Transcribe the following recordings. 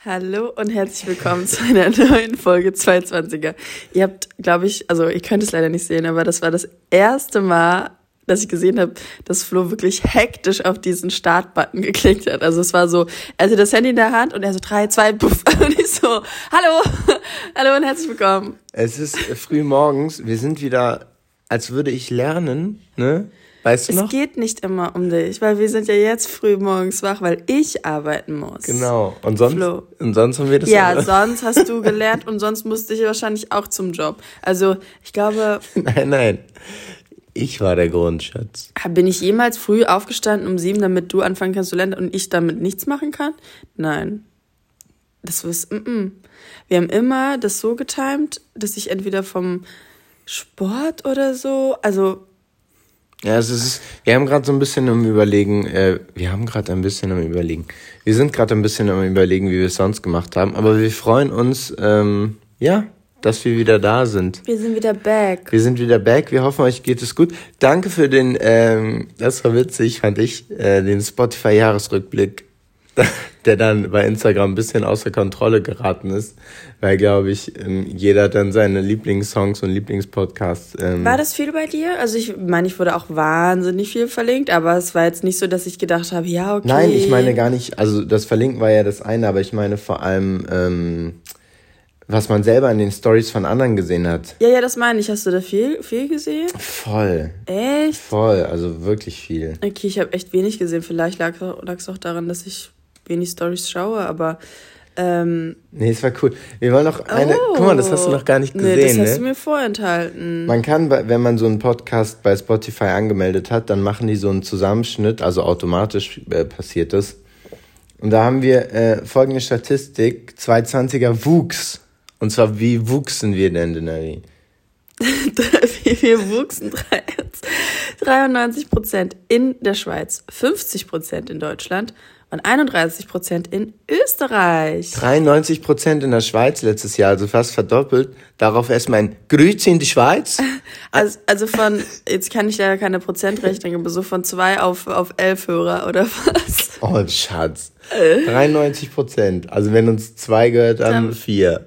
Hallo und herzlich willkommen zu einer neuen Folge 220er. Ihr habt, glaube ich, also ihr könnt es leider nicht sehen, aber das war das erste Mal, dass ich gesehen habe, dass Flo wirklich hektisch auf diesen Start-Button geklickt hat. Also es war so, er hatte das Handy in der Hand und er so 3, 2, puff. Und ich so, hallo und herzlich willkommen. Es ist früh morgens, wir sind wieder, als würde ich lernen, ne? Weißt du noch? Es geht nicht immer um dich, weil wir sind ja jetzt früh morgens wach, weil ich arbeiten muss. Genau. Und sonst haben wir das ja. Sonst hast du gelernt und sonst musste ich wahrscheinlich auch zum Job. Also ich glaube... Nein. Ich war der Grund, Schatz. Bin ich jemals früh aufgestanden um 7, damit du anfangen kannst zu lernen und ich damit nichts machen kann? Nein. Das ist... Wir haben immer das so getimt, dass ich entweder vom Sport oder so... Ja, wir haben gerade so ein bisschen am Überlegen, wir sind gerade ein bisschen am Überlegen, wie wir es sonst gemacht haben, aber wir freuen uns, dass wir wieder da sind. Wir sind wieder back. Wir hoffen, euch geht es gut. Danke für den, das war witzig, fand ich, den Spotify-Jahresrückblick, der dann bei Instagram ein bisschen außer Kontrolle geraten ist, weil, glaube ich, jeder dann seine Lieblingssongs und Lieblingspodcasts... War das viel bei dir? Also ich meine, ich wurde auch wahnsinnig viel verlinkt, aber es war jetzt nicht so, dass ich gedacht habe, ja, okay. Nein, ich meine gar nicht, also das Verlinken war ja das eine, aber ich meine vor allem... was man selber in den Stories von anderen gesehen hat. Ja, das meine ich. Hast du da viel gesehen? Voll. Echt? Voll, also wirklich viel. Okay, ich habe echt wenig gesehen. Vielleicht lag es auch daran, dass ich wenig Stories schaue, aber... Nee, es war cool. Wir wollen noch eine... Guck mal, das hast du noch gar nicht gesehen, nee, das hast du mir vorenthalten. Man kann, wenn man so einen Podcast bei Spotify angemeldet hat, dann machen die so einen Zusammenschnitt, also automatisch passiert das. Und da haben wir folgende Statistik, 220er Wuchs. Und zwar, wie wuchsen wir denn, Denari? Wir wuchsen 93% in der Schweiz, 50% in Deutschland und 31% in Österreich. 93% in der Schweiz letztes Jahr, also fast verdoppelt. Darauf erstmal ein Grüezi in die Schweiz. Also von, jetzt kann ich leider keine Prozentrechnung, aber so von 2 auf 11 Hörer oder was? Oh, Schatz. 93%. Also wenn uns 2 gehört, dann 4.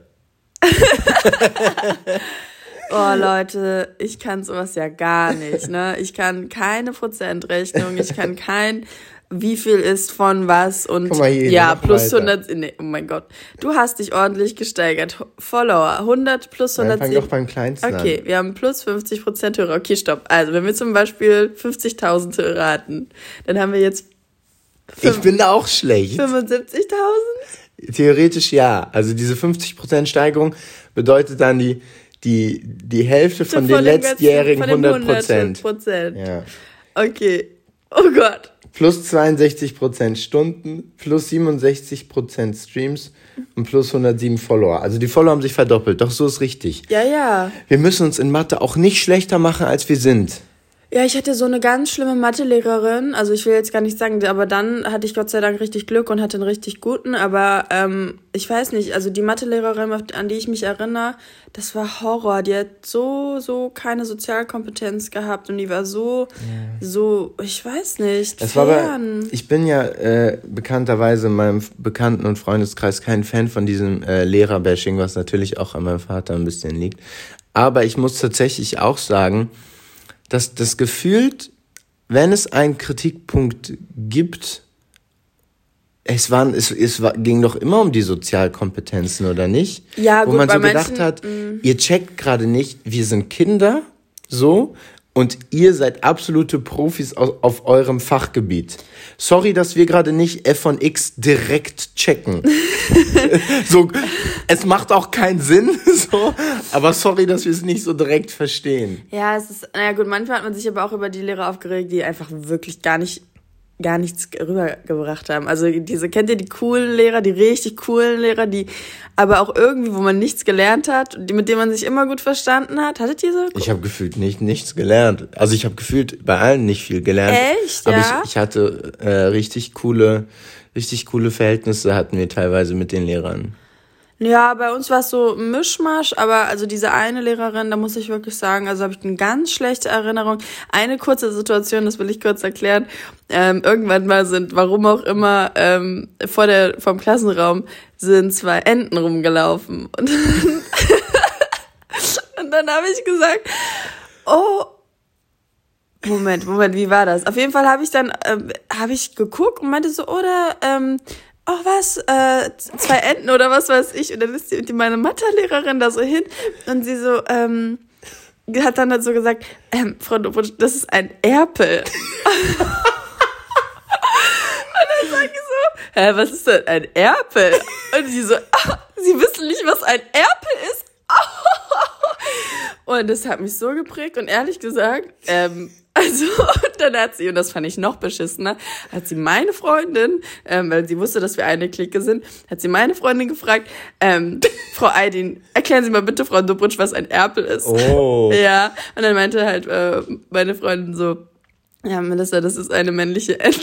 Oh Leute, ich kann sowas ja gar nicht, ne? Ich kann keine Prozentrechnung, ich kann wie viel ist von was und guck mal hier, ja, plus 100, nee, oh mein Gott. Du hast dich ordentlich gesteigert. Follower, 100 plus 110. Fang doch beim Kleinsten an. Okay, wir haben plus 50% Hörer. Okay, stopp. Also, wenn wir zum Beispiel 50.000 Hörer hatten, dann haben wir jetzt ich bin da auch schlecht. 75.000? Theoretisch ja. Also diese 50% Steigerung bedeutet dann die Hälfte von den letztjährigen 100%. Ja. Okay. Oh Gott. Plus 62% Stunden, plus 67% Streams und plus 107 Follower. Also die Follower haben sich verdoppelt. Doch so ist richtig. Ja. Wir müssen uns in Mathe auch nicht schlechter machen, als wir sind. Ja, ich hatte so eine ganz schlimme Mathelehrerin, also ich will jetzt gar nicht sagen, aber dann hatte ich Gott sei Dank richtig Glück und hatte einen richtig guten, aber ich weiß nicht, also die Mathelehrerin, an die ich mich erinnere, das war Horror, die hat so keine Sozialkompetenz gehabt und die war so, ich weiß nicht, ich bin ja bekannterweise in meinem Bekannten- und Freundeskreis kein Fan von diesem Lehrerbashing, was natürlich auch an meinem Vater ein bisschen liegt, aber ich muss tatsächlich auch sagen, dass das gefühlt, wenn es einen Kritikpunkt gibt, ging doch immer um die Sozialkompetenzen, oder nicht? Ja, gut, wo man so manchen, gedacht hat, ihr checkt gerade nicht, wir sind Kinder, so, und ihr seid absolute Profis auf eurem Fachgebiet. Sorry, dass wir gerade nicht F von X direkt checken. So, es macht auch keinen Sinn, so, aber sorry, dass wir es nicht so direkt verstehen. Ja, gut, manchmal hat man sich aber auch über die Lehrer aufgeregt, die einfach wirklich gar nichts rübergebracht haben. Also kennt ihr die coolen Lehrer, die richtig coolen Lehrer, die aber auch irgendwie, wo man nichts gelernt hat, mit denen man sich immer gut verstanden hat? Hattet ihr so? Ich habe gefühlt nichts gelernt. Also ich habe gefühlt bei allen nicht viel gelernt. Echt? Aber ja? ich hatte richtig coole Verhältnisse hatten wir teilweise mit den Lehrern. Ja, bei uns war es so ein Mischmasch, aber also diese eine Lehrerin, da muss ich wirklich sagen, also habe ich eine ganz schlechte Erinnerung. Eine kurze Situation, das will ich kurz erklären. Irgendwann mal warum auch immer, vom Klassenraum sind 2 Enten rumgelaufen. Und und dann habe ich gesagt, oh, Moment, wie war das? Auf jeden Fall habe ich geguckt und meinte so, oder, oh was, 2 Enten oder was weiß ich. Und dann ist meine Mathelehrerin da so hin und sie so, hat dann so gesagt, Frau Dobutsch, das ist ein Erpel. Und dann sag ich so, was ist denn ein Erpel? Und sie so, Sie wissen nicht, was ein Erpel ist? Und das hat mich so geprägt und ehrlich gesagt, dann hat sie, und das fand ich noch beschissener, hat sie meine Freundin, weil sie wusste, dass wir eine Clique sind, hat sie meine Freundin gefragt, Frau Aydin, erklären Sie mal bitte, Frau Dobutsch, was ein Erpel ist. Oh. Ja, und dann meinte halt meine Freundin so, ja, Melissa, das ist eine männliche Ente.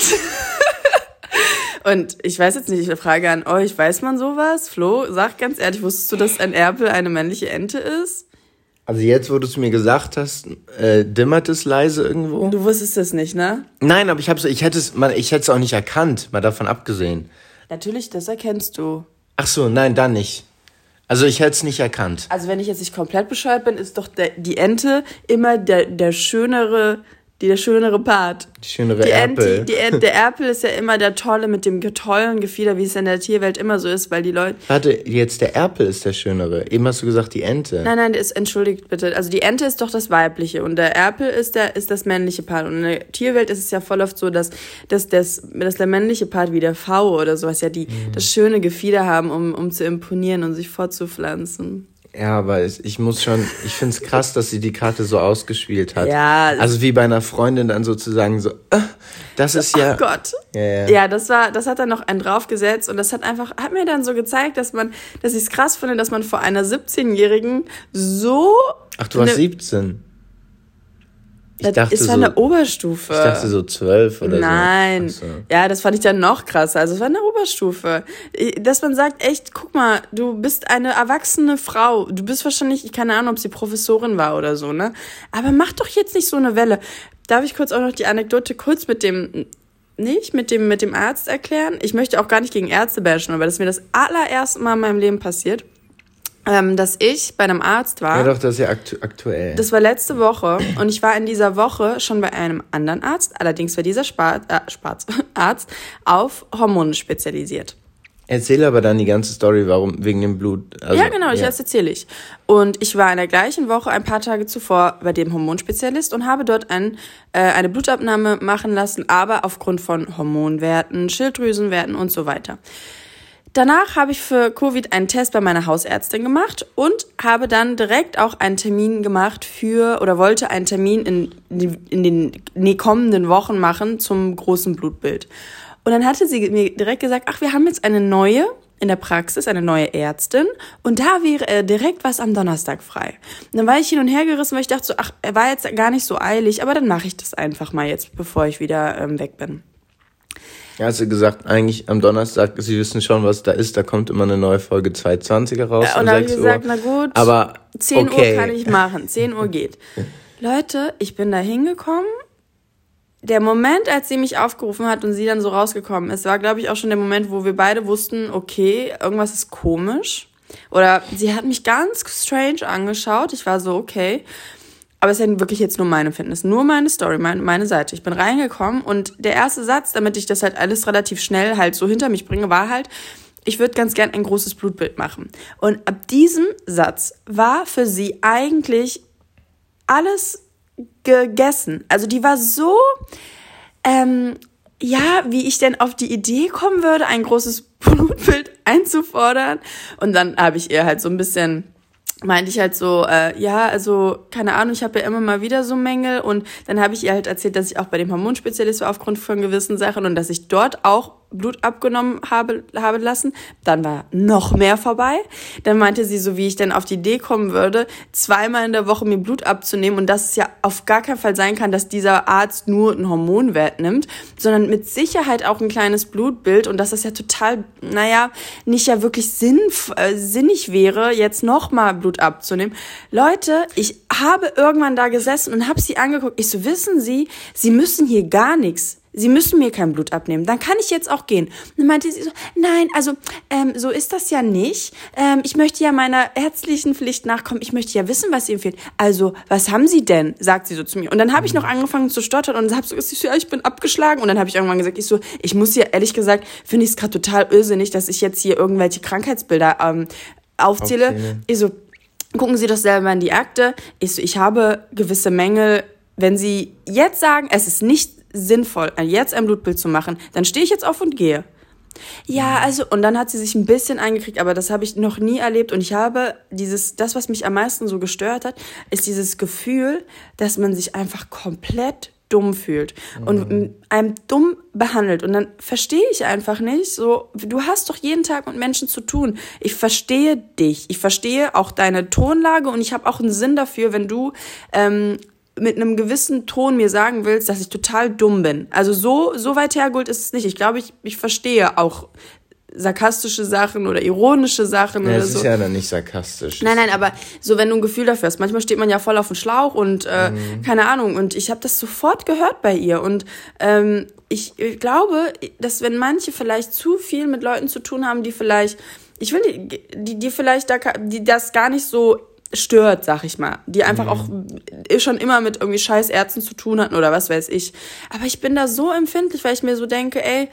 Und ich weiß jetzt nicht, ich frage an euch, weiß man sowas? Flo, sag ganz ehrlich, wusstest du, dass ein Erpel eine männliche Ente ist? Also jetzt, wo du es mir gesagt hast, dimmert es leise irgendwo? Du wusstest es nicht, ne? Nein, aber ich hätte es auch nicht erkannt, mal davon abgesehen. Natürlich, das erkennst du. Ach so, nein, dann nicht. Also ich hätte es nicht erkannt. Also wenn ich jetzt nicht komplett bescheuert bin, ist doch die Ente immer der schönere Part. Die schönere Erpel. Der Erpel ist ja immer der Tolle mit dem tollen Gefieder, wie es in der Tierwelt immer so ist, weil die Leute... Warte, jetzt der Erpel ist der schönere. Eben hast du gesagt, die Ente. Nein, entschuldigt bitte. Also die Ente ist doch das Weibliche und der Erpel ist das männliche Part. Und in der Tierwelt ist es ja voll oft so, dass der männliche Part wie der V oder sowas ja das schöne Gefieder haben, um zu imponieren und sich fortzupflanzen. Ja, aber ich finde es krass, dass sie die Karte so ausgespielt hat. Ja. Also wie bei einer Freundin dann sozusagen so, das ist ja... Oh Gott. Ja, das hat dann noch einen draufgesetzt und das hat mir dann so gezeigt, dass ich es krass finde, dass man vor einer 17-Jährigen so... Ach, du warst 17. Das ist eine Oberstufe. Ich dachte so 12 oder Nein. So. Nein. Ja, das fand ich dann noch krasser. Also es war eine Oberstufe. Dass man sagt, echt, guck mal, du bist eine erwachsene Frau. Du bist wahrscheinlich, keine Ahnung, ob sie Professorin war oder so, ne? Aber mach doch jetzt nicht so eine Welle. Darf ich kurz auch noch die Anekdote mit dem Arzt erklären? Ich möchte auch gar nicht gegen Ärzte bashen, aber das ist mir das allererste Mal in meinem Leben passiert. Dass ich bei einem Arzt war. Ja doch, das ist ja aktuell. Das war letzte Woche und ich war in dieser Woche schon bei einem anderen Arzt. Allerdings war dieser Arzt auf Hormone spezialisiert. Erzähl aber dann die ganze Story, warum, wegen dem Blut. Also, ja, genau, das erzähle ich. Und ich war in der gleichen Woche ein paar Tage zuvor bei dem Hormonspezialist und habe dort eine Blutabnahme machen lassen, aber aufgrund von Hormonwerten, Schilddrüsenwerten und so weiter. Danach habe ich für Covid einen Test bei meiner Hausärztin gemacht und habe dann direkt auch einen Termin gemacht wollte einen Termin in den kommenden Wochen machen zum großen Blutbild. Und dann hatte sie mir direkt gesagt, ach, wir haben jetzt eine neue in der Praxis, eine neue Ärztin und da wäre direkt was am Donnerstag frei. Und dann war ich hin und her gerissen, weil ich dachte so, ach, er war jetzt gar nicht so eilig, aber dann mache ich das einfach mal jetzt, bevor ich wieder weg bin. Ja, hast du gesagt, eigentlich am Donnerstag, Sie wissen schon, was da ist, da kommt immer eine neue Folge 220er raus um 6 Uhr. Und dann habe ich gesagt, na gut, aber 10 okay. Uhr kann ich machen, 10 Uhr geht. Leute, ich bin da hingekommen. Der Moment, als sie mich aufgerufen hat und sie dann so rausgekommen ist, war, glaube ich, auch schon der Moment, wo wir beide wussten, okay, irgendwas ist komisch. Oder sie hat mich ganz strange angeschaut. Ich war so, okay. Aber es ist ja wirklich jetzt nur meine Fitness, nur meine Story, meine Seite. Ich bin reingekommen und der erste Satz, damit ich das halt alles relativ schnell halt so hinter mich bringe, war halt, ich würde ganz gern ein großes Blutbild machen. Und ab diesem Satz war für sie eigentlich alles gegessen. Also die war so, wie ich denn auf die Idee kommen würde, ein großes Blutbild einzufordern. Und dann habe ich ihr halt so ein bisschen... meinte ich halt so, also, keine Ahnung, ich habe ja immer mal wieder so Mängel und dann habe ich ihr halt erzählt, dass ich auch bei dem Hormonspezialist war aufgrund von gewissen Sachen und dass ich dort auch Blut abgenommen habe lassen. Dann war noch mehr vorbei. Dann meinte sie so, wie ich denn auf die Idee kommen würde, 2-mal in der Woche mir Blut abzunehmen und dass es ja auf gar keinen Fall sein kann, dass dieser Arzt nur einen Hormonwert nimmt, sondern mit Sicherheit auch ein kleines Blutbild und dass das ja total, nicht ja wirklich sinnig wäre, jetzt nochmal Blut abzunehmen. Leute, ich habe irgendwann da gesessen und habe sie angeguckt. Ich so, wissen Sie, Sie müssen hier gar nichts. Sie müssen mir kein Blut abnehmen. Dann kann ich jetzt auch gehen. Und dann meinte sie so, nein, also so ist das ja nicht. Ich möchte ja meiner ärztlichen Pflicht nachkommen. Ich möchte ja wissen, was Ihnen fehlt. Also, was haben Sie denn? Sagt sie so zu mir. Und dann habe ich noch angefangen zu stottern und habe so gesagt, ja, ich bin abgeschlagen. Und dann habe ich irgendwann gesagt, ich muss ja, ehrlich gesagt, finde ich es gerade total irrsinnig, dass ich jetzt hier irgendwelche Krankheitsbilder aufzähle. Ich so, gucken Sie doch selber in die Akte. Ich habe gewisse Mängel. Wenn Sie jetzt sagen, es ist nicht sinnvoll, jetzt ein Blutbild zu machen, dann stehe ich jetzt auf und gehe. Ja, also, und dann hat sie sich ein bisschen eingekriegt, aber das habe ich noch nie erlebt und ich habe das, was mich am meisten so gestört hat, ist dieses Gefühl, dass man sich einfach komplett dumm fühlt und einem dumm behandelt und dann verstehe ich einfach nicht, so, du hast doch jeden Tag mit Menschen zu tun. Ich verstehe dich, ich verstehe auch deine Tonlage und ich habe auch einen Sinn dafür, wenn du mit einem gewissen Ton mir sagen willst, dass ich total dumm bin. Also so weit hergeholt ist es nicht. Ich glaube, ich verstehe auch sarkastische Sachen oder ironische Sachen oder so. Das ist ja dann nicht sarkastisch. Nein, aber so, wenn du ein Gefühl dafür hast. Manchmal steht man ja voll auf dem Schlauch und keine Ahnung. Und ich habe das sofort gehört bei ihr. Und ich glaube, dass wenn manche vielleicht zu viel mit Leuten zu tun haben, die vielleicht, die vielleicht die das gar nicht so stört, sag ich mal, die einfach auch schon immer mit irgendwie scheiß Ärzten zu tun hatten oder was weiß ich. Aber ich bin da so empfindlich, weil ich mir so denke, ey,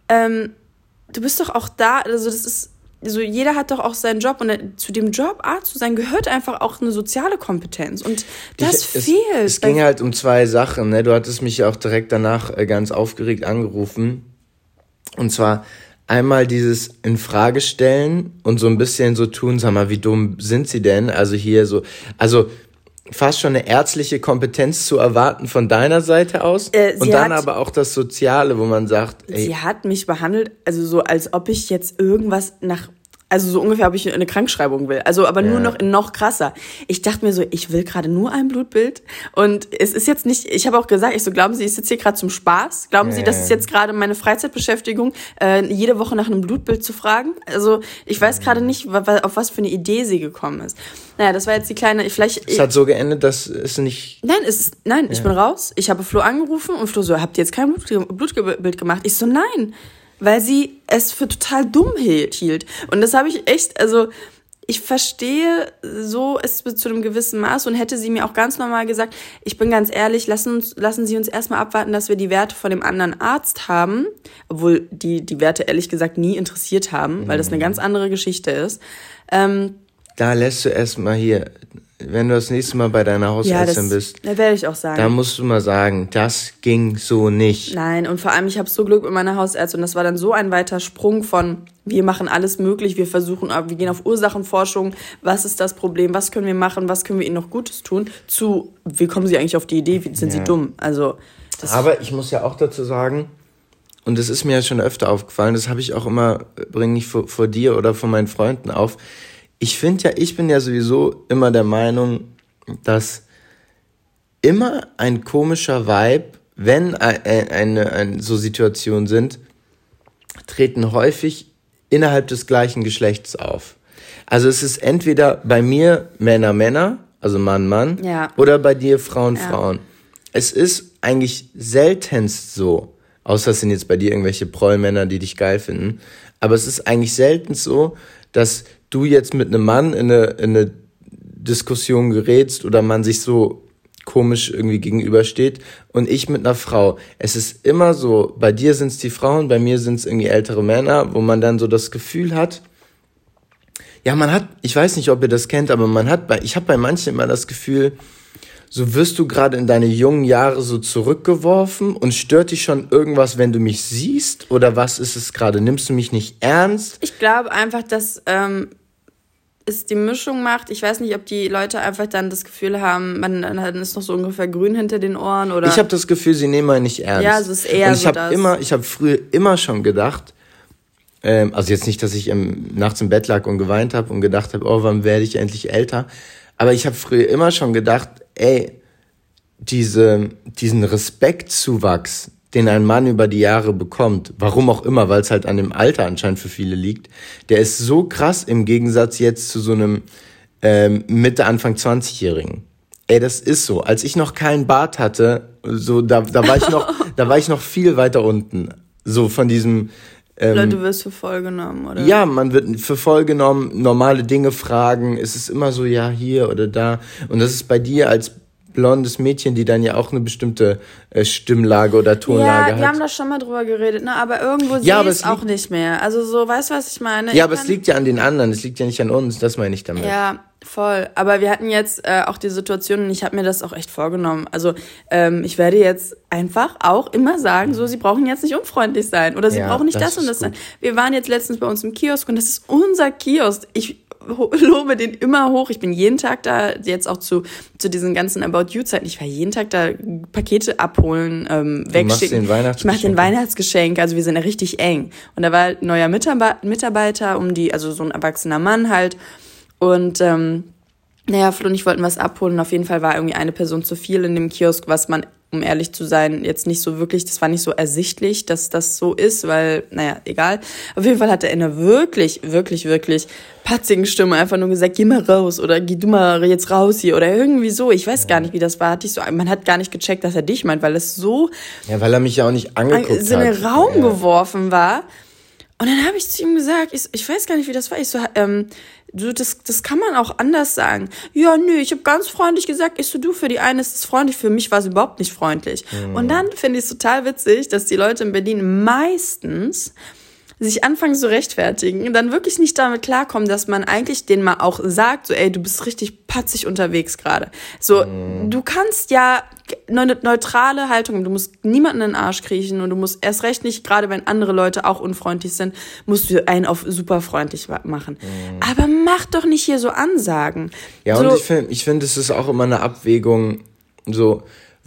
du bist doch auch da, also das ist, so jeder hat doch auch seinen Job und zu dem Job Arzt zu sein, gehört einfach auch eine soziale Kompetenz und das fehlt. Es ging halt um 2 Sachen, ne? Du hattest mich ja auch direkt danach ganz aufgeregt angerufen und zwar einmal dieses Infrage stellen und so ein bisschen so tun, sag mal, wie dumm sind sie denn? Also hier so, fast schon eine ärztliche Kompetenz zu erwarten von deiner Seite aus und dann aber auch das Soziale, wo man sagt, ey. Sie hat mich behandelt, also so, als ob ich jetzt irgendwas also so ungefähr, ob ich eine Krankschreibung will. Also aber nur noch krasser. Ich dachte mir so, ich will gerade nur ein Blutbild. Und es ist jetzt nicht, ich habe auch gesagt, glauben Sie, ich sitze hier gerade zum Spaß? Glauben Sie, das ist jetzt gerade meine Freizeitbeschäftigung, jede Woche nach einem Blutbild zu fragen? Also ich weiß gerade nicht, auf was für eine Idee sie gekommen ist. Naja, das war jetzt die kleine, vielleicht... Es hat so geendet, dass es nicht... Nein, ich bin raus. Ich habe Flo angerufen und Flo so, habt ihr jetzt kein Blutbild gemacht? Ich so, nein. Weil sie es für total dumm hielt. Und das habe ich echt, also ich verstehe so es zu einem gewissen Maß und hätte sie mir auch ganz normal gesagt, ich bin ganz ehrlich, lassen Sie uns erstmal abwarten, dass wir die Werte von dem anderen Arzt haben, obwohl die Werte ehrlich gesagt nie interessiert haben, weil das eine ganz andere Geschichte ist. Da lässt du erstmal hier, wenn du das nächste Mal bei deiner Hausärztin bist, da werde ich auch sagen. Da musst du mal sagen, das ging so nicht. Nein, und vor allem, ich habe so Glück mit meiner Hausärztin und das war dann so ein weiter Sprung von, wir machen alles möglich, wir gehen auf Ursachenforschung, was ist das Problem, was können wir machen, was können wir ihnen noch Gutes tun, zu, wie kommen sie eigentlich auf die Idee, sind sie dumm? Also, aber ich muss ja auch dazu sagen, und das ist mir ja schon öfter aufgefallen, das habe ich auch immer, bringe ich vor dir oder vor meinen Freunden auf, ich bin ja sowieso immer der Meinung, dass immer ein komischer Vibe, wenn eine so Situationen sind, treten häufig innerhalb des gleichen Geschlechts auf. Also es ist entweder bei mir Männer, also Mann, oder bei dir Frauen. Es ist eigentlich seltenst so, außer es sind jetzt bei dir irgendwelche Prollmänner, die dich geil finden, aber es ist eigentlich selten so, dass du jetzt mit einem Mann in eine Diskussion gerätst oder man sich so komisch irgendwie gegenübersteht und ich mit einer Frau. Es ist immer so, bei dir sind es die Frauen, bei mir sind es irgendwie ältere Männer, wo man dann so das Gefühl hat, ja, ich weiß nicht, ob ihr das kennt, aber ich habe bei manchen immer das Gefühl, so wirst du gerade in deine jungen Jahre so zurückgeworfen und stört dich schon irgendwas, wenn du mich siehst? Oder was ist es gerade? Nimmst du mich nicht ernst? Ich glaube einfach, dass es die Mischung macht. Ich weiß nicht, ob die Leute einfach dann das Gefühl haben, dann ist noch so ungefähr grün hinter den Ohren oder. Ich habe das Gefühl, sie nehmen einen nicht ernst. Ja, es ist eher und ich so ich habe früher immer schon gedacht, also jetzt nicht, dass ich nachts im Bett lag und geweint habe und gedacht habe, oh, wann werde ich endlich älter? Aber ich habe früher immer schon gedacht, ey, diesen Respektzuwachs, den ein Mann über die Jahre bekommt, warum auch immer, weil es halt an dem Alter anscheinend für viele liegt, der ist so krass im Gegensatz jetzt zu so einem Mitte, Anfang 20-Jährigen. Ey, das ist so. Als ich noch keinen Bart hatte, so da war ich noch viel weiter unten. So von diesem Leute, wirst für voll genommen, oder? Ja, man wird für voll genommen, normale Dinge fragen, es ist immer so, ja, hier oder da. Und das ist bei dir als blondes Mädchen, die dann ja auch eine bestimmte Stimmlage oder Tonlage hat. Ja, wir haben da schon mal drüber geredet, ne? Aber irgendwo sehe ich es auch nicht mehr. Also so, weißt du, was ich meine? Ja, aber es liegt ja an den anderen, es liegt ja nicht an uns, das meine ich damit. Ja, voll. Aber wir hatten jetzt auch die Situation, und ich habe mir das auch echt vorgenommen. Also ich werde jetzt einfach auch immer sagen, so, sie brauchen jetzt nicht unfreundlich sein oder sie brauchen nicht das und das sein. Wir waren jetzt letztens bei uns im Kiosk und das ist unser Kiosk. Ich lobe den immer hoch. Ich bin jeden Tag da, jetzt auch zu diesen ganzen About You-Zeiten. Ich war jeden Tag da, Pakete abholen, wegschicken. Ich mache den Weihnachtsgeschenk. Also wir sind ja richtig eng. Und da war ein neuer Mitarbeiter, also so ein erwachsener Mann halt. Und Flo und ich wollten was abholen. Auf jeden Fall war irgendwie eine Person zu viel in dem Kiosk, was man, um ehrlich zu sein, jetzt nicht so wirklich, das war nicht so ersichtlich, dass das so ist, weil, egal. Auf jeden Fall hat er in einer wirklich, wirklich, wirklich patzigen Stimme einfach nur gesagt, geh mal raus oder geh du mal jetzt raus hier oder irgendwie so. Ich weiß gar nicht, wie das war. Man hat gar nicht gecheckt, dass er dich meint, weil es so... Ja, weil er mich ja auch nicht angeguckt hat. ...in den Raum geworfen war. Und dann habe ich zu ihm gesagt, ich weiß gar nicht, wie das war. Ich so, das kann man auch anders sagen. Ja, nö, ich habe ganz freundlich gesagt, du, für die eine ist es freundlich, für mich war es überhaupt nicht freundlich. Und dann finde ich es total witzig, dass die Leute in Berlin meistens sich anfangen zu rechtfertigen, dann wirklich nicht damit klarkommen, dass man eigentlich denen mal auch sagt, so, ey, du bist richtig patzig unterwegs gerade. So, du kannst ja eine neutrale Haltung, du musst niemanden in den Arsch kriechen und du musst erst recht nicht, gerade wenn andere Leute auch unfreundlich sind, musst du einen auf super freundlich machen. Aber mach doch nicht hier so Ansagen. Ja, so, und ich finde, es ist auch immer eine Abwägung, so,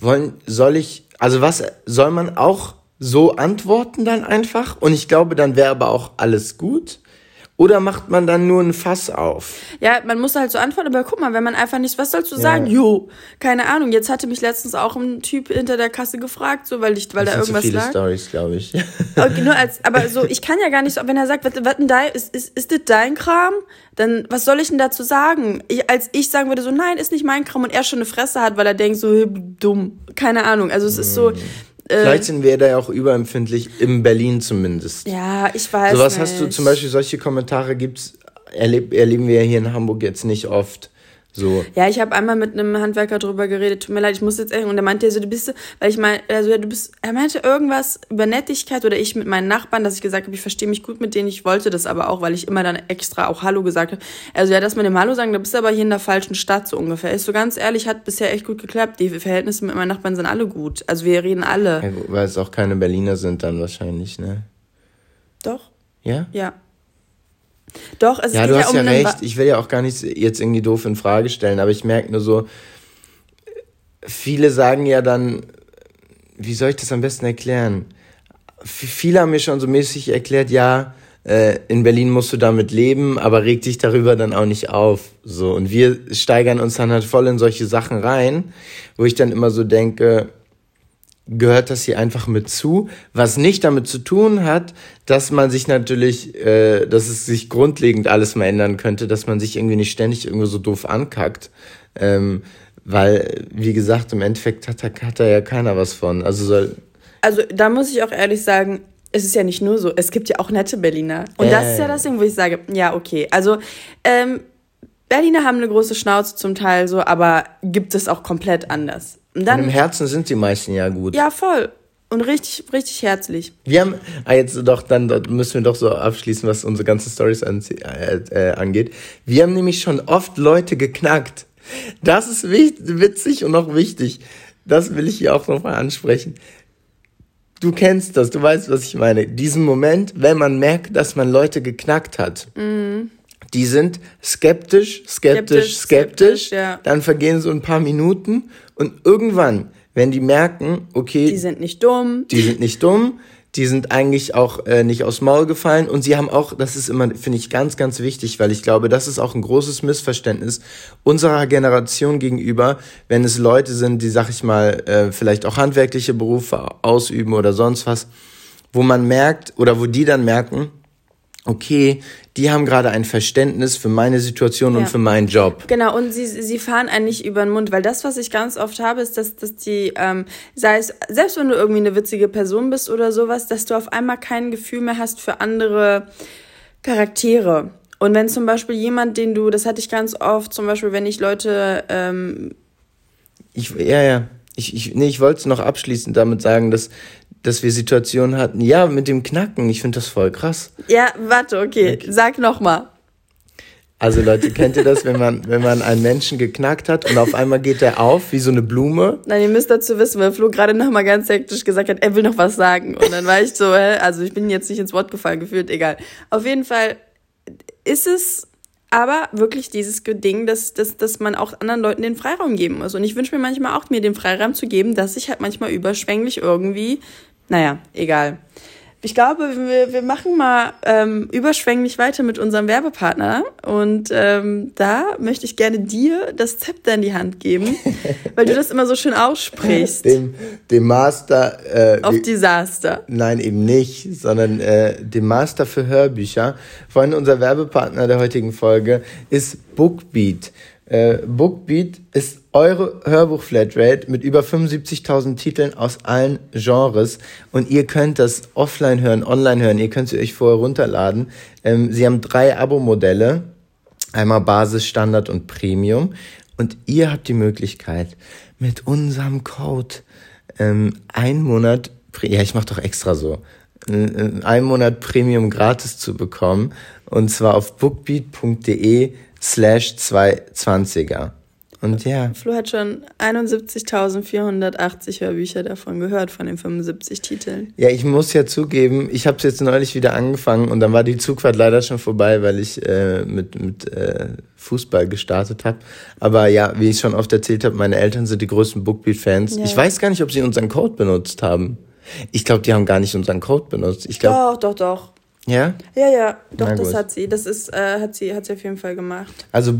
was soll man auch so antworten dann einfach? Und ich glaube, dann wäre aber auch alles gut. Oder macht man dann nur ein Fass auf? Ja, man muss halt so antworten, aber guck mal, wenn man einfach nicht, was sollst du sagen? Jo, keine Ahnung. Jetzt hatte mich letztens auch ein Typ hinter der Kasse gefragt, so, weil da irgendwas lag. Das sind viele Storys, glaube ich. Okay, aber so, ich kann ja gar nicht so, wenn er sagt, was denn ist das dein Kram? Dann, was soll ich denn dazu sagen? Als ich sagen würde so, nein, ist nicht mein Kram und er schon eine Fresse hat, weil er denkt so, dumm. Keine Ahnung. Also es ist so, vielleicht sind wir da ja auch überempfindlich, in Berlin zumindest. Ja, ich weiß nicht. So was hast du zum Beispiel, solche Kommentare erleben wir ja hier in Hamburg jetzt nicht oft. So. Ja, ich habe einmal mit einem Handwerker drüber geredet, tut mir leid, ich muss jetzt ehrlich, und er meinte so, er meinte irgendwas über Nettigkeit oder ich mit meinen Nachbarn, dass ich gesagt habe, ich verstehe mich gut mit denen, ich wollte das aber auch, weil ich immer dann extra auch Hallo gesagt habe. Also ja, das mit dem Hallo sagen, da bist du aber hier in der falschen Stadt so ungefähr. Ist so ganz ehrlich, hat bisher echt gut geklappt. Die Verhältnisse mit meinen Nachbarn sind alle gut. Also wir reden alle. Ja, weil es auch keine Berliner sind dann wahrscheinlich, ne? Doch. Ja? Ja. Doch, es ja, du hast ja recht. Ich will ja auch gar nicht jetzt irgendwie doof in Frage stellen, aber ich merke nur so, viele sagen ja dann, wie soll ich das am besten erklären? Viele haben mir schon so mäßig erklärt, ja, in Berlin musst du damit leben, aber reg dich darüber dann auch nicht auf. So, und wir steigern uns dann halt voll in solche Sachen rein, wo ich dann immer so denke, gehört das hier einfach mit zu, was nicht damit zu tun hat, dass man sich natürlich, dass es sich grundlegend alles mal ändern könnte, dass man sich irgendwie nicht ständig irgendwo so doof ankackt, weil, wie gesagt, im Endeffekt hat da ja keiner was von. Also da muss ich auch ehrlich sagen, es ist ja nicht nur so, es gibt ja auch nette Berliner. Und das ist ja das Ding, wo ich sage, ja, okay, also Berliner haben eine große Schnauze zum Teil so, aber gibt es auch komplett anders. Und im Herzen sind die meisten ja gut. Ja, voll. Und richtig, richtig herzlich. Wir haben, dann müssen wir doch so abschließen, was unsere ganzen Storys angeht. Wir haben nämlich schon oft Leute geknackt. Das ist witzig und auch wichtig. Das will ich hier auch nochmal ansprechen. Du kennst das, du weißt, was ich meine. Diesen Moment, wenn man merkt, dass man Leute geknackt hat. die sind skeptisch. Ja. Dann vergehen so ein paar Minuten und irgendwann, wenn die merken, okay, Die sind nicht dumm. die sind eigentlich auch nicht aufs Maul gefallen und sie haben auch, das ist immer, finde ich, ganz, ganz wichtig, weil ich glaube, das ist auch ein großes Missverständnis unserer Generation gegenüber, wenn es Leute sind, die, sag ich mal, vielleicht auch handwerkliche Berufe ausüben oder sonst was, wo man merkt oder wo die dann merken, okay, die haben gerade ein Verständnis für meine Situation und für meinen Job. Genau, und sie fahren einen nicht über den Mund, weil das, was ich ganz oft habe, ist, dass die, sei es, selbst wenn du irgendwie eine witzige Person bist oder sowas, dass du auf einmal kein Gefühl mehr hast für andere Charaktere. Und wenn zum Beispiel jemand, das hatte ich ganz oft, zum Beispiel, wenn ich Leute, Ich wollte es noch abschließend damit sagen, dass wir Situationen hatten, ja, mit dem Knacken, ich finde das voll krass. Ja, warte, okay. Sag nochmal. Also Leute, kennt ihr das, wenn man einen Menschen geknackt hat und auf einmal geht der auf, wie so eine Blume? Nein, ihr müsst dazu wissen, weil Flo gerade nochmal ganz hektisch gesagt hat, er will noch was sagen. Und dann war ich so, also ich bin jetzt nicht ins Wort gefallen, gefühlt, egal. Auf jeden Fall ist es aber wirklich dieses Ding, dass man auch anderen Leuten den Freiraum geben muss. Und ich wünsche mir manchmal auch, mir den Freiraum zu geben, dass ich halt manchmal überschwänglich irgendwie, naja, egal. Ich glaube, wir machen mal überschwänglich weiter mit unserem Werbepartner. Und da möchte ich gerne dir das Zepter in die Hand geben, weil du das immer so schön aussprichst. Dem Master... Auf Disaster. Nein, eben nicht, sondern dem Master für Hörbücher. Vorhin unser Werbepartner der heutigen Folge ist Bookbeat. Bookbeat ist eure Hörbuch-Flatrate mit über 75.000 Titeln aus allen Genres und ihr könnt das offline hören, online hören, ihr könnt sie euch vorher runterladen. Sie haben 3 Abo-Modelle, einmal Basis, Standard und Premium und ihr habt die Möglichkeit mit unserem Code einen Monat, ja ich mach doch extra so, einen Monat Premium gratis zu bekommen und zwar auf bookbeat.de/220er. Und ja. Flo hat schon 71.480 Hörbücher davon gehört, von den 75 Titeln. Ja, ich muss ja zugeben, ich habe es jetzt neulich wieder angefangen und dann war die Zugfahrt leider schon vorbei, weil ich mit Fußball gestartet habe. Aber ja, wie ich schon oft erzählt habe, meine Eltern sind die größten Bookbeat-Fans. Ja. Ich weiß gar nicht, ob sie unseren Code benutzt haben. Ich glaube, die haben gar nicht unseren Code benutzt. Ich glaub, Doch. Ja? Ja, doch, das hat sie. Das ist, hat sie auf jeden Fall gemacht. Also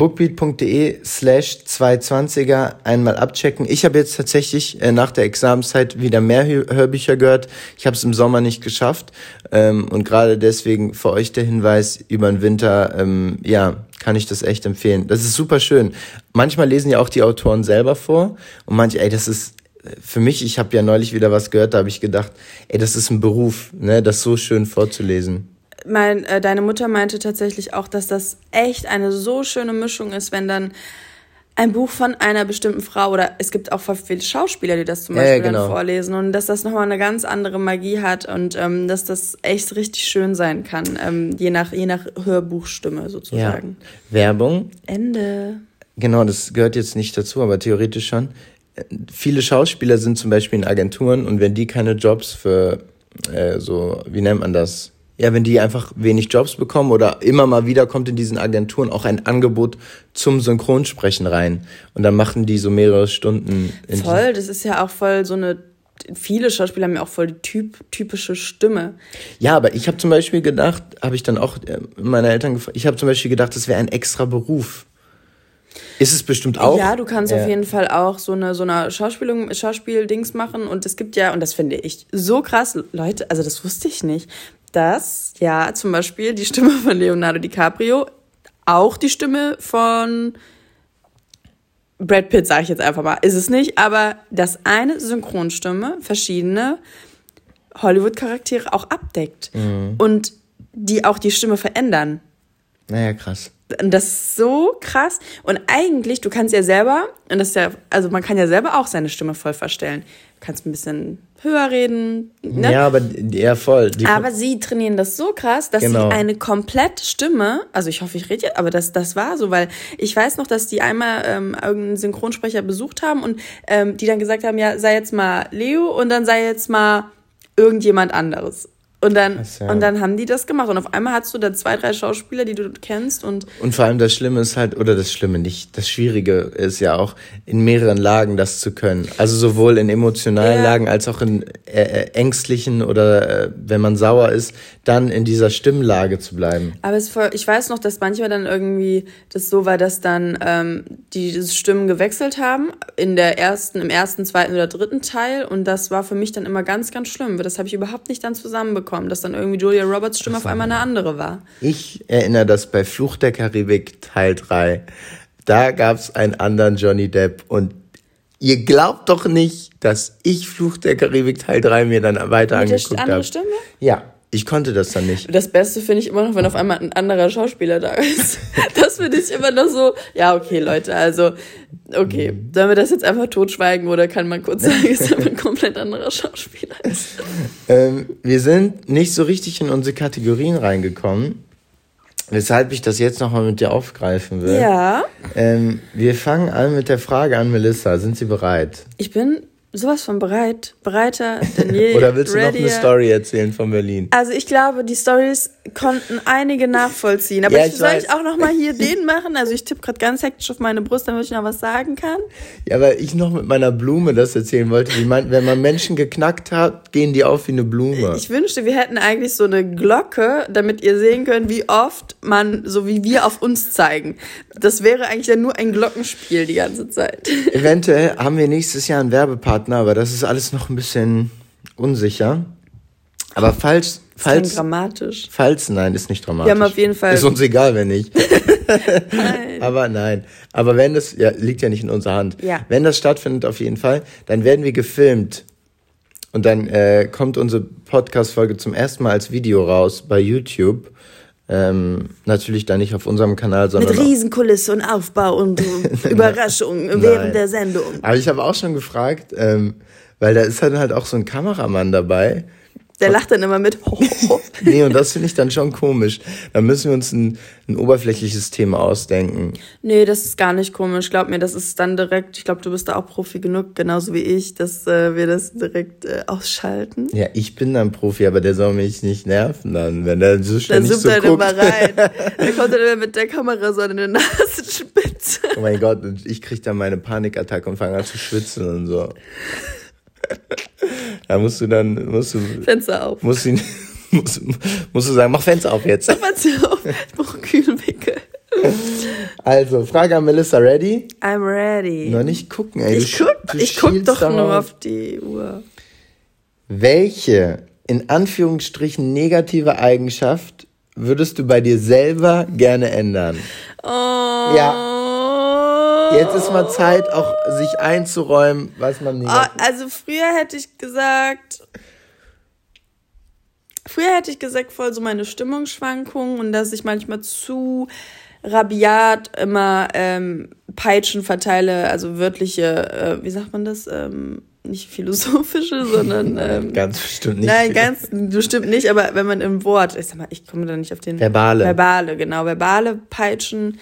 bookbeat.de/220er einmal abchecken. Ich habe jetzt tatsächlich nach der Examenszeit wieder mehr Hörbücher gehört. Ich habe es im Sommer nicht geschafft. Und gerade deswegen für euch der Hinweis, über den Winter, kann ich das echt empfehlen. Das ist super schön. Manchmal lesen ja auch die Autoren selber vor. Und das ist... Für mich, ich habe ja neulich wieder was gehört, da habe ich gedacht, das ist ein Beruf, ne, das so schön vorzulesen. Deine Mutter meinte tatsächlich auch, dass das echt eine so schöne Mischung ist, wenn dann ein Buch von einer bestimmten Frau oder es gibt auch viele Schauspieler, die das zum Beispiel dann vorlesen und dass das nochmal eine ganz andere Magie hat und dass das echt richtig schön sein kann, je nach Hörbuchstimme sozusagen. Ja. Werbung. Ende. Genau, das gehört jetzt nicht dazu, aber theoretisch schon. Viele Schauspieler sind zum Beispiel in Agenturen und wenn die keine Jobs für wie nennt man das? Ja, wenn die einfach wenig Jobs bekommen oder immer mal wieder kommt in diesen Agenturen auch ein Angebot zum Synchronsprechen rein und dann machen die so mehrere Stunden. Voll, das ist ja auch voll so eine, viele Schauspieler haben ja auch voll die typische Stimme. Ja, aber ich habe zum Beispiel gedacht, habe ich dann auch meine Eltern gefragt, ich habe zum Beispiel gedacht, das wäre ein extra Beruf. Ist es bestimmt auch? Ja, du kannst auf jeden Fall auch so eine Schauspieldings machen und es gibt ja, und das finde ich so krass, Leute, also das wusste ich nicht, dass ja zum Beispiel die Stimme von Leonardo DiCaprio auch die Stimme von Brad Pitt, sage ich jetzt einfach mal, ist es nicht, aber dass eine Synchronstimme verschiedene Hollywood-Charaktere auch abdeckt und die auch die Stimme verändern. Naja, krass. Das ist so krass. Und eigentlich, du kannst ja selber, und das ist ja, also man kann ja selber auch seine Stimme voll verstellen. Du kannst ein bisschen höher reden. Ne? Ja, aber ja, voll. Aber sie trainieren das so krass, dass sie eine komplette Stimme, also ich hoffe, ich rede jetzt, aber das war so, weil ich weiß noch, dass die einmal irgendeinen Synchronsprecher besucht haben und die dann gesagt haben, ja, sei jetzt mal Leo und dann sei jetzt mal irgendjemand anderes. Und dann haben die das gemacht. Und auf einmal hast du da 2, 3 Schauspieler, die du kennst. Und vor allem das Schlimme ist halt, oder das Schlimme nicht, das Schwierige ist ja auch, in mehreren Lagen das zu können. Also sowohl in emotionalen Lagen als auch in ängstlichen oder wenn man sauer ist, dann in dieser Stimmlage zu bleiben. Aber ich weiß noch, dass manchmal dann irgendwie das so war, dass dann die Stimmen gewechselt haben im ersten, zweiten oder dritten Teil. Und das war für mich dann immer ganz, ganz schlimm. Das habe ich überhaupt nicht dann zusammenbekommen, dass dann irgendwie Julia Roberts Stimme auf einmal eine andere war. Ich erinnere das bei Fluch der Karibik Teil 3. Da gab es einen anderen Johnny Depp und ihr glaubt doch nicht, dass ich Fluch der Karibik Teil 3 mir dann weiter angeguckt habe. Mit der anderen Stimme? Ja, ich konnte das dann nicht. Das Beste finde ich immer noch, wenn auf einmal ein anderer Schauspieler da ist. Das finde ich immer noch so, ja, okay, Leute, also, okay, sollen wir das jetzt einfach totschweigen oder kann man kurz sagen, dass er ein komplett anderer Schauspieler ist? Wir sind nicht so richtig in unsere Kategorien reingekommen, weshalb ich das jetzt nochmal mit dir aufgreifen will. Ja. Wir fangen an mit der Frage an Melissa. Sind Sie bereit? Ich bin sowas von bereit. Bereiter denn je. Oder willst du noch eine Story erzählen von Berlin? Also ich glaube, die Stories konnten einige nachvollziehen. Aber soll ich auch noch mal hier den machen? Also ich tippe gerade ganz hektisch auf meine Brust, damit ich noch was sagen kann. Ja, weil ich noch mit meiner Blume das erzählen wollte. Wenn man Menschen geknackt hat, gehen die auf wie eine Blume. Ich wünschte, wir hätten eigentlich so eine Glocke, damit ihr sehen könnt, wie oft man, so wie wir auf uns zeigen. Das wäre eigentlich ja nur ein Glockenspiel die ganze Zeit. Eventuell haben wir nächstes Jahr einen Werbepartner, aber das ist alles noch ein bisschen unsicher. Aber falls dramatisch. Nein, ist nicht dramatisch. Wir haben auf jeden Fall. Ist uns egal, wenn nicht. Nein. Aber wenn das, liegt ja nicht in unserer Hand. Ja. Wenn das stattfindet, auf jeden Fall, dann werden wir gefilmt. Und dann kommt unsere Podcast-Folge zum ersten Mal als Video raus bei YouTube. Natürlich dann nicht auf unserem Kanal, sondern mit Riesenkulisse und Aufbau und Überraschung während der Sendung. Aber ich habe auch schon gefragt, weil da ist halt auch so ein Kameramann dabei. Der lacht dann immer mit. Nee, und das finde ich dann schon komisch. Da müssen wir uns ein oberflächliches Thema ausdenken. Nee, das ist gar nicht komisch. Glaub mir, das ist dann direkt, ich glaube, du bist da auch Profi genug, genauso wie ich, dass wir das direkt ausschalten. Ja, ich bin dann Profi, aber der soll mich nicht nerven dann, wenn der so ständig so guckt. Dann zoomt er immer rein. Dann kommt er mit der Kamera so an eine Nasenspitze. Oh mein Gott, und ich krieg dann meine Panikattacke und fange an zu schwitzen und so. Da musst du Fenster auf. Musst du sagen, mach Fenster auf jetzt. Mach Fenster auf. Ich brauche einen kühlen Winkel. Also, Frage an Melissa, ready? I'm ready. Noch nicht gucken, ey. Ich guck doch nur auf die Uhr. Welche, in Anführungsstrichen, negative Eigenschaft würdest du bei dir selber gerne ändern? Oh. Ja. Jetzt ist mal Zeit, auch sich einzuräumen, was man nicht. Also früher hätte ich gesagt, voll so meine Stimmungsschwankungen und dass ich manchmal zu rabiat immer Peitschen verteile, also wörtliche, wie sagt man das? Nicht philosophische, sondern ganz bestimmt nicht. Nein, ganz bestimmt nicht, aber wenn man im Wort, ich komme da nicht auf den verbale Peitschen.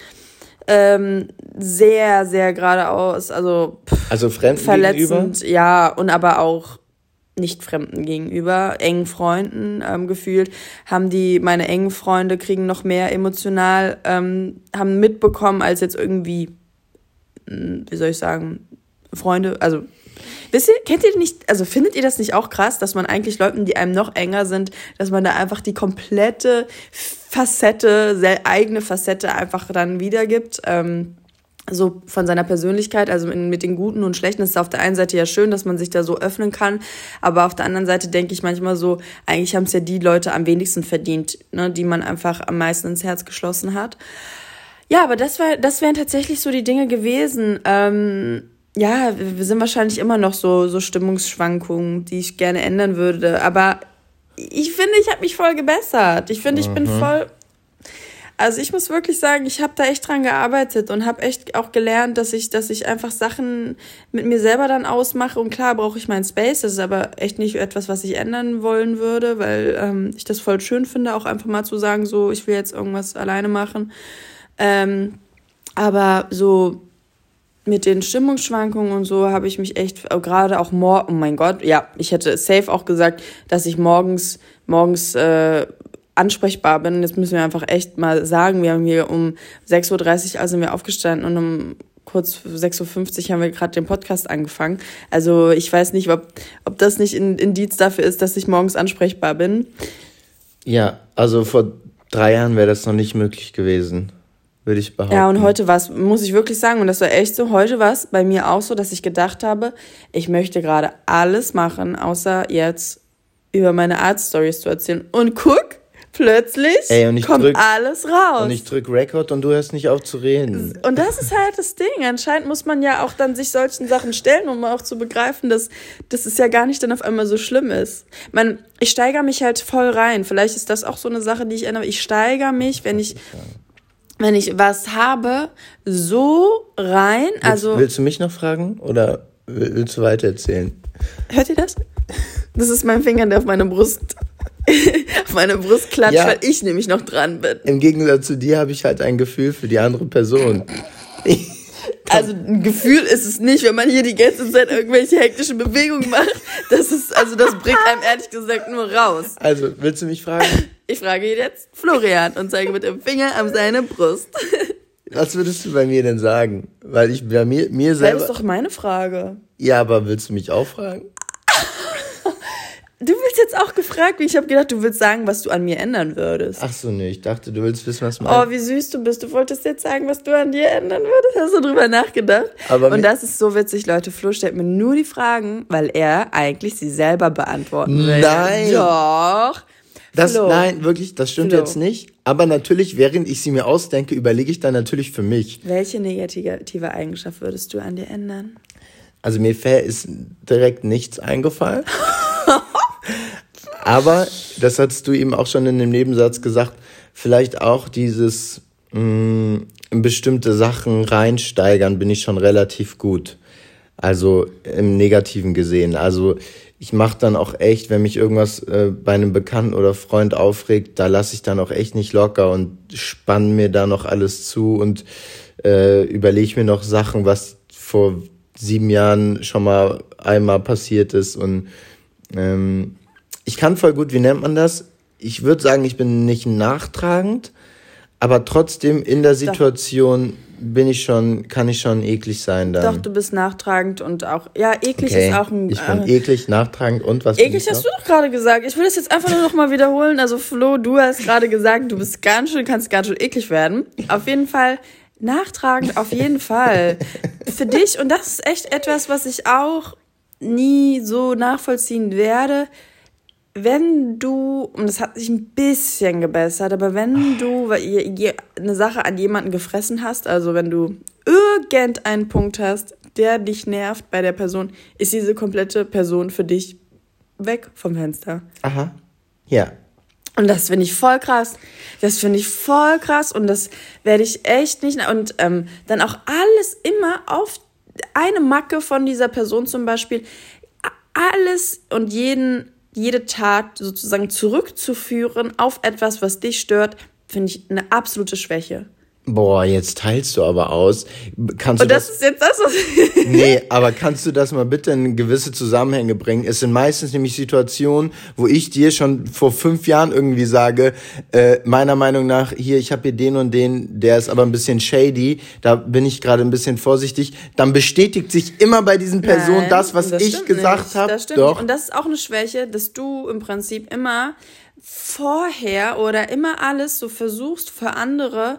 Sehr, sehr geradeaus, also Fremden verletzend, gegenüber? Ja, und aber auch nicht Fremden gegenüber, engen Freunden gefühlt, meine engen Freunde kriegen noch mehr emotional, haben mitbekommen als jetzt irgendwie, wie soll ich sagen, Freunde, also wisst ihr, kennt ihr nicht, also findet ihr das nicht auch krass, dass man eigentlich Leuten, die einem noch enger sind, dass man da einfach die komplette eigene Facette einfach dann wiedergibt, so von seiner Persönlichkeit, also mit den Guten und Schlechten. Das ist auf der einen Seite ja schön, dass man sich da so öffnen kann, aber auf der anderen Seite denke ich manchmal so, eigentlich haben es ja die Leute am wenigsten verdient, ne, die man einfach am meisten ins Herz geschlossen hat. Ja, aber das wären tatsächlich so die Dinge gewesen. Ja, wir sind wahrscheinlich immer noch so Stimmungsschwankungen, die ich gerne ändern würde. Aber ich finde, ich habe mich voll gebessert. Ich finde, ich bin voll... Also ich muss wirklich sagen, ich habe da echt dran gearbeitet und habe echt auch gelernt, dass ich einfach Sachen mit mir selber dann ausmache. Und klar brauche ich meinen Space, das ist aber echt nicht etwas, was ich ändern wollen würde, weil ich das voll schön finde, auch einfach mal zu sagen, so, ich will jetzt irgendwas alleine machen. Aber so... mit den Stimmungsschwankungen und so habe ich mich echt, gerade auch oh mein Gott, ja, ich hätte safe auch gesagt, dass ich morgens ansprechbar bin. Jetzt müssen wir einfach echt mal sagen, wir haben hier um 6:30 Uhr sind wir aufgestanden und um kurz 6:50 Uhr haben wir gerade den Podcast angefangen. Also ich weiß nicht, ob das nicht ein Indiz dafür ist, dass ich morgens ansprechbar bin. Ja, also vor 3 Jahren wäre das noch nicht möglich gewesen, würde ich behaupten. Ja, und heute war es, muss ich wirklich sagen, und das war echt so, heute war es bei mir auch so, dass ich gedacht habe, ich möchte gerade alles machen, außer jetzt über meine Art-Stories zu erzählen. Und guck, plötzlich kommt alles raus. Und ich drück Record und du hörst nicht auf zu reden. Und das ist halt das Ding. Anscheinend muss man ja auch dann sich solchen Sachen stellen, um auch zu begreifen, dass es ja gar nicht dann auf einmal so schlimm ist. Ich steigere mich halt voll rein. Vielleicht ist das auch so eine Sache, die ich ändere. Ich steigere mich, wenn ich was habe, so rein. Willst du mich noch fragen oder willst du weiter erzählen? Hört ihr das? Das ist mein Finger, der auf meine Brust klatscht, ja, weil ich nämlich noch dran bin. Im Gegensatz zu dir habe ich halt ein Gefühl für die andere Person. Also ein Gefühl ist es nicht, wenn man hier die ganze Zeit irgendwelche hektischen Bewegungen macht. Das bringt einem ehrlich gesagt nur raus. Also, willst du mich fragen? Ich frage jetzt Florian und zeige mit dem Finger an seine Brust. Was würdest du bei mir denn sagen? Weil ich bei mir selber... Das ist doch meine Frage. Ja, aber willst du mich auch fragen? Du willst jetzt auch gefragt, wie ich habe gedacht, du willst sagen, was du an mir ändern würdest. Ach so, nee, ich dachte, du willst wissen, was Oh, wie süß du bist. Du wolltest jetzt sagen, was du an dir ändern würdest. Hast du drüber nachgedacht? Und das ist so witzig, Leute. Flo stellt mir nur die Fragen, weil er eigentlich sie selber beantworten will. Nein. Doch. Nein, wirklich, das stimmt jetzt nicht. Aber natürlich, während ich sie mir ausdenke, überlege ich dann natürlich für mich. Welche negative Eigenschaft würdest du an dir ändern? Also mir ist direkt nichts eingefallen. Aber, das hattest du eben auch schon in dem Nebensatz gesagt, vielleicht auch dieses in bestimmte Sachen reinsteigern bin ich schon relativ gut. Also im Negativen gesehen. Also ich mache dann auch echt, wenn mich irgendwas bei einem Bekannten oder Freund aufregt, da lasse ich dann auch echt nicht locker und spann mir da noch alles zu und überlege mir noch Sachen, was vor 7 Jahren schon mal einmal passiert ist. Und ich kann voll gut, wie nennt man das? Ich würde sagen, ich bin nicht nachtragend, aber trotzdem in der Situation kann ich schon eklig sein dann. Doch, du bist nachtragend und auch, ja, eklig ist auch ein... Ich bin eklig, nachtragend und was eklig hast du doch gerade gesagt. Ich will das jetzt einfach nur noch mal wiederholen. Also Flo, du hast gerade gesagt, du bist kannst ganz schön eklig werden. Auf jeden Fall nachtragend, auf jeden Fall. Für dich, und das ist echt etwas, was ich auch nie so nachvollziehen werde, wenn du, und das hat sich ein bisschen gebessert, aber wenn du eine Sache an jemanden gefressen hast, also wenn du irgendeinen Punkt hast, der dich nervt bei der Person, ist diese komplette Person für dich weg vom Fenster. Aha, ja. Und das finde ich voll krass. Und das werde ich echt nicht... Und dann auch alles immer auf eine Macke von dieser Person zum Beispiel, alles und jede Tat sozusagen zurückzuführen auf etwas, was dich stört, finde ich eine absolute Schwäche. Boah, jetzt teilst du aber aus. Und das ist jetzt das, was... Nee, aber kannst du das mal bitte in gewisse Zusammenhänge bringen? Es sind meistens nämlich Situationen, wo ich dir schon vor 5 Jahren irgendwie sage, meiner Meinung nach, hier, ich habe hier den und den, der ist aber ein bisschen shady, da bin ich gerade ein bisschen vorsichtig. Dann bestätigt sich immer bei diesen Personen das, was ich gesagt habe. Das stimmt nicht. Und das ist auch eine Schwäche, dass du im Prinzip immer vorher oder immer alles so versuchst für andere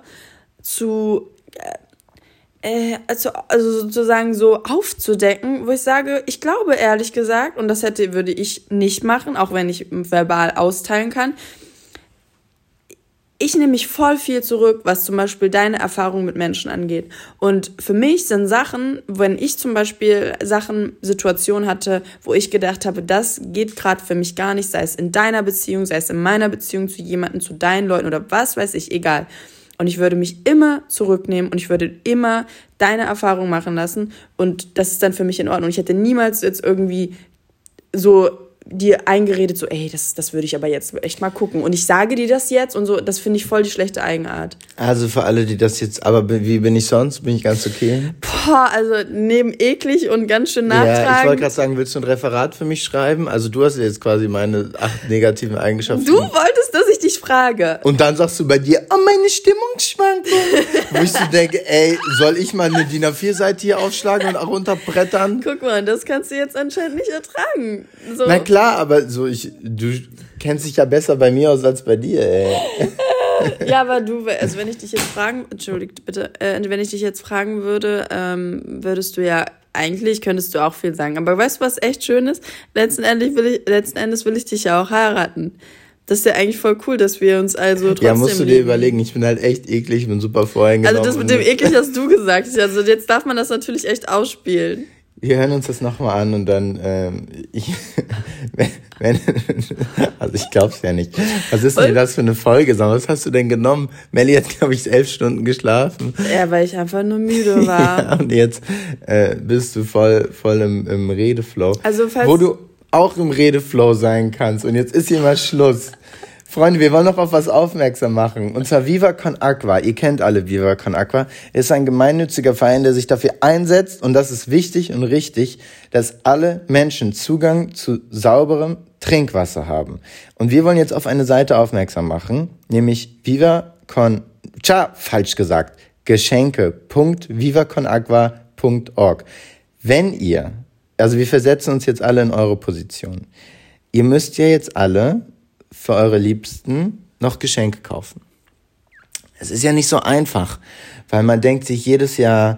also sozusagen so aufzudecken, wo ich sage, ich glaube ehrlich gesagt, und das würde ich nicht machen, auch wenn ich verbal austeilen kann, ich nehme mich voll viel zurück, was zum Beispiel deine Erfahrung mit Menschen angeht. Und für mich sind Sachen, wenn ich zum Beispiel Situationen hatte, wo ich gedacht habe, das geht gerade für mich gar nicht, sei es in deiner Beziehung, sei es in meiner Beziehung zu jemandem, zu deinen Leuten oder was weiß ich, egal. Und ich würde mich immer zurücknehmen und ich würde immer deine Erfahrung machen lassen und das ist dann für mich in Ordnung. Ich hätte niemals jetzt irgendwie so dir eingeredet, so, ey, das würde ich aber jetzt echt mal gucken. Und ich sage dir das jetzt und so, das finde ich voll die schlechte Eigenart. Also für alle, die das jetzt, aber wie bin ich sonst? Bin ich ganz okay? Boah, also neben eklig und ganz schön nachtragend. Ja, ich wollte gerade sagen, willst du ein Referat für mich schreiben? Also du hast jetzt quasi meine 8 negativen Eigenschaften. Du wolltest, dass ich dich frage. Und dann sagst du bei dir, oh, meine Stimmungsschwankungen. Wo ich so denke, ey, soll ich mal eine DIN A4-Seite hier aufschlagen und auch runterbrettern? Guck mal, das kannst du jetzt anscheinend nicht ertragen. So. Na klar, aber so du kennst dich ja besser bei mir aus als bei dir, ey. Ja, aber also wenn ich dich jetzt wenn ich dich jetzt fragen würde, würdest du ja eigentlich, könntest du auch viel sagen. Aber weißt du, was echt schön ist? Letzten Endes will ich dich ja auch heiraten. Das ist ja eigentlich voll cool, dass wir uns also trotzdem Ja, musst du dir lieben. überlegen, ich bin halt echt eklig, bin super voreingenommen. Also das mit dem eklig hast du gesagt. Also jetzt darf man das natürlich echt ausspielen. Wir hören uns das nochmal an und dann, also ich glaub's ja nicht. Was ist denn das für eine Folge? Was hast du denn genommen? Melli hat, glaube ich, 11 Stunden geschlafen. Ja, weil ich einfach nur müde war. Ja, und jetzt bist du voll im Redeflow. Also wo du auch im Redeflow sein kannst. Und jetzt ist hier mal Schluss. Freunde, wir wollen noch auf was aufmerksam machen. Und zwar Viva Con Agua. Ihr kennt alle Viva Con Agua. Ist ein gemeinnütziger Verein, der sich dafür einsetzt. Und das ist wichtig und richtig, dass alle Menschen Zugang zu sauberem Trinkwasser haben. Und wir wollen jetzt auf eine Seite aufmerksam machen, nämlich geschenke.vivaconagua.org. Wenn ihr, also wir versetzen uns jetzt alle in eure Position. Ihr müsst ja jetzt alle für eure Liebsten noch Geschenke kaufen. Es ist ja nicht so einfach, weil man denkt sich jedes Jahr,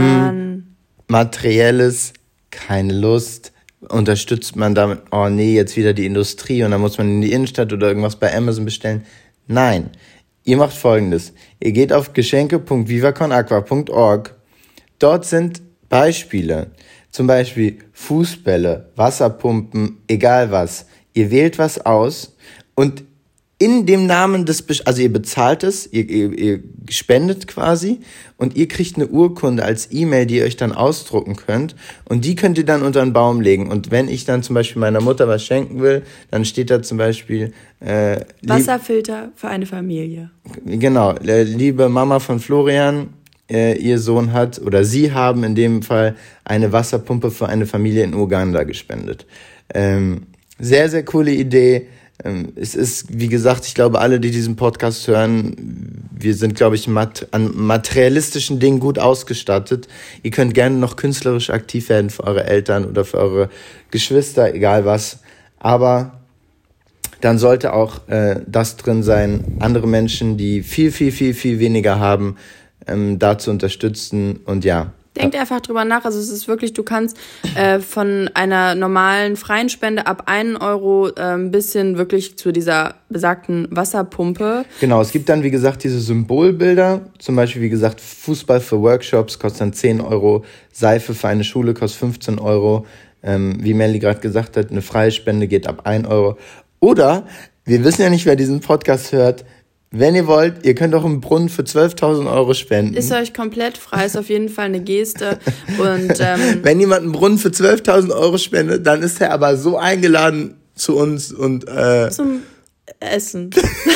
Materielles, keine Lust, unterstützt man damit, oh nee, jetzt wieder die Industrie und dann muss man in die Innenstadt oder irgendwas bei Amazon bestellen. Nein, ihr macht Folgendes. Ihr geht auf geschenke.vivaconagua.org. Dort sind Beispiele, zum Beispiel Fußbälle, Wasserpumpen, egal was. Ihr wählt was aus und in dem Namen also ihr bezahlt es, ihr spendet quasi und ihr kriegt eine Urkunde als E-Mail, die ihr euch dann ausdrucken könnt und die könnt ihr dann unter den Baum legen. Und wenn ich dann zum Beispiel meiner Mutter was schenken will, dann steht da zum Beispiel Wasserfilter für eine Familie. Genau, liebe Mama von Florian, ihr Sohn hat, oder sie haben in dem Fall eine Wasserpumpe für eine Familie in Uganda gespendet. Sehr, sehr coole Idee. Es ist, wie gesagt, ich glaube, alle, die diesen Podcast hören, wir sind, glaube ich, an materialistischen Dingen gut ausgestattet. Ihr könnt gerne noch künstlerisch aktiv werden für eure Eltern oder für eure Geschwister, egal was. Aber dann sollte auch das drin sein, andere Menschen, die viel, viel, viel, viel weniger haben, da zu unterstützen. Und ja. Denkt einfach drüber nach. Also es ist wirklich, du kannst von einer normalen freien Spende ab 1 Euro bis hin wirklich zu dieser besagten Wasserpumpe. Genau, es gibt dann, wie gesagt, diese Symbolbilder. Zum Beispiel, wie gesagt, Fußball für Workshops kostet dann 10 Euro. Seife für eine Schule kostet 15 Euro. Wie Melli gerade gesagt hat, eine freie Spende geht ab 1 Euro. Oder, wir wissen ja nicht, wer diesen Podcast hört, wenn ihr wollt, ihr könnt auch einen Brunnen für 12.000 Euro spenden. Ist euch komplett frei, ist auf jeden Fall eine Geste. Und wenn jemand einen Brunnen für 12.000 Euro spendet, dann ist er aber so eingeladen zu uns und zum Essen.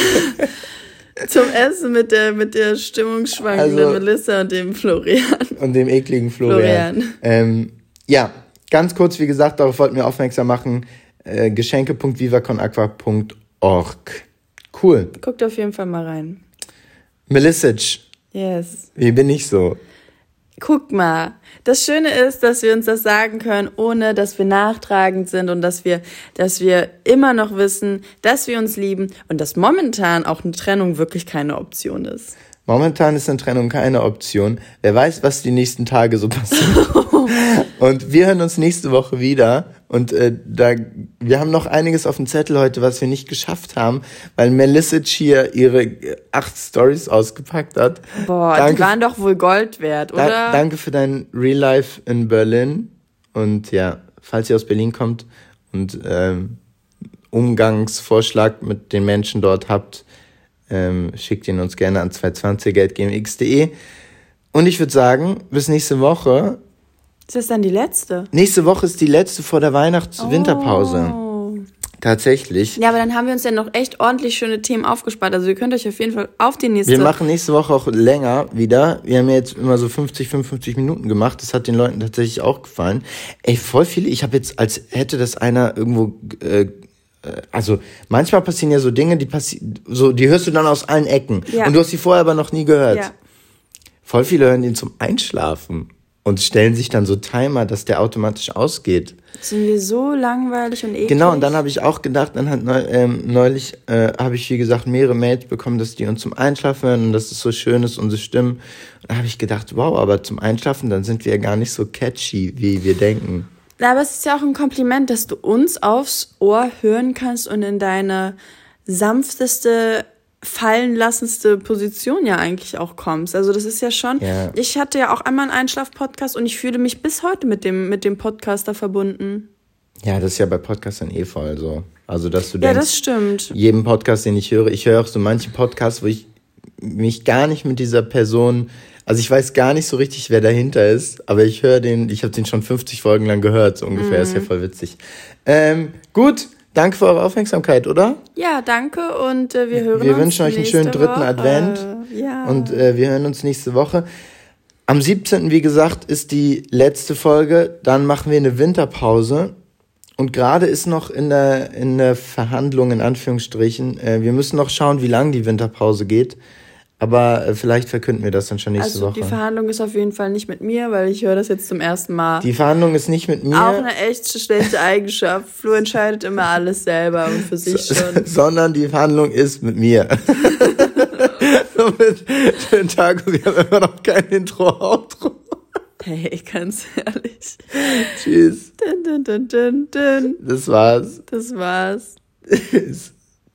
Zum Essen mit der stimmungsschwankenden Melissa und dem Florian. Und dem ekligen Florian. Ja, ganz kurz, wie gesagt, darauf wollten wir aufmerksam machen. Geschenke.vivaconagua.org. Cool. Guckt auf jeden Fall mal rein. Melissage. Yes. Wie bin ich so? Guck mal. Das Schöne ist, dass wir uns das sagen können, ohne dass wir nachtragend sind und dass wir immer noch wissen, dass wir uns lieben und dass momentan auch eine Trennung wirklich keine Option ist. Momentan ist eine Trennung keine Option. Wer weiß, was die nächsten Tage so passiert. Und wir hören uns nächste Woche wieder. Und wir haben noch einiges auf dem Zettel heute, was wir nicht geschafft haben, weil Melissa hier ihre 8 Stories ausgepackt hat. Boah, die waren doch wohl Gold wert, oder? Danke für dein Real Life in Berlin. Und ja, falls ihr aus Berlin kommt und Umgangsvorschlag mit den Menschen dort habt, schickt ihn uns gerne an 220@gmx.de. Und ich würde sagen, bis nächste Woche. Ist das dann die letzte? Nächste Woche ist die letzte vor der Winterpause. Tatsächlich. Ja, aber dann haben wir uns ja noch echt ordentlich schöne Themen aufgespart. Also ihr könnt euch auf jeden Fall auf die nächste... Wir machen nächste Woche auch länger wieder. Wir haben ja jetzt immer so 55 Minuten gemacht. Das hat den Leuten tatsächlich auch gefallen. Ey, voll viele. Ich habe jetzt, als hätte das einer irgendwo... also manchmal passieren ja so Dinge, die hörst du dann aus allen Ecken. Ja. Und du hast die vorher aber noch nie gehört. Ja. Voll viele hören den zum Einschlafen und stellen sich dann so Timer, dass der automatisch ausgeht. Sind wir so langweilig und eklig? Genau, und dann habe ich auch gedacht, dann hat neulich habe ich, wie gesagt, mehrere Mails bekommen, dass die uns zum Einschlafen hören und dass es so schön ist, unsere Stimmen. Und da habe ich gedacht, wow, aber zum Einschlafen, dann sind wir ja gar nicht so catchy, wie wir denken. Aber es ist ja auch ein Kompliment, dass du uns aufs Ohr hören kannst und in deine sanfteste, fallenlassendste Position ja eigentlich auch kommst. Also das ist ja schon... Ja. Ich hatte ja auch einmal einen Einschlaf-Podcast und ich fühle mich bis heute mit dem Podcaster verbunden. Ja, das ist ja bei Podcastern eh voll so. Also, dass du Ja, denkst, das stimmt. jedem Podcast, den ich höre auch so manche Podcasts, wo ich mich gar nicht mit dieser Person... Also ich weiß gar nicht so richtig, wer dahinter ist, aber ich habe den schon 50 Folgen lang gehört, so ungefähr, ist ja voll witzig. Gut, danke für eure Aufmerksamkeit, oder? Ja, danke und wir hören uns Wir wünschen euch einen schönen nächste dritten Woche. Advent Ja. und wir hören uns nächste Woche. Am 17., wie gesagt, ist die letzte Folge, dann machen wir eine Winterpause und gerade ist noch in der Verhandlung, in Anführungsstrichen, wir müssen noch schauen, wie lang die Winterpause geht. Aber vielleicht verkünden wir das dann schon nächste Woche. Die Verhandlung ist auf jeden Fall nicht mit mir, weil ich höre das jetzt zum ersten Mal. Die Verhandlung ist nicht mit mir. Auch eine echt schlechte Eigenschaft. Flo entscheidet immer alles selber und für sich schon. Sondern die Verhandlung ist mit mir. Somit, schönen Tag und wir haben immer noch kein Intro-Outro. Hey, ganz ehrlich. Tschüss. Dun, dun, dun, dun, dun. Das war's. Das war's. Tschüss.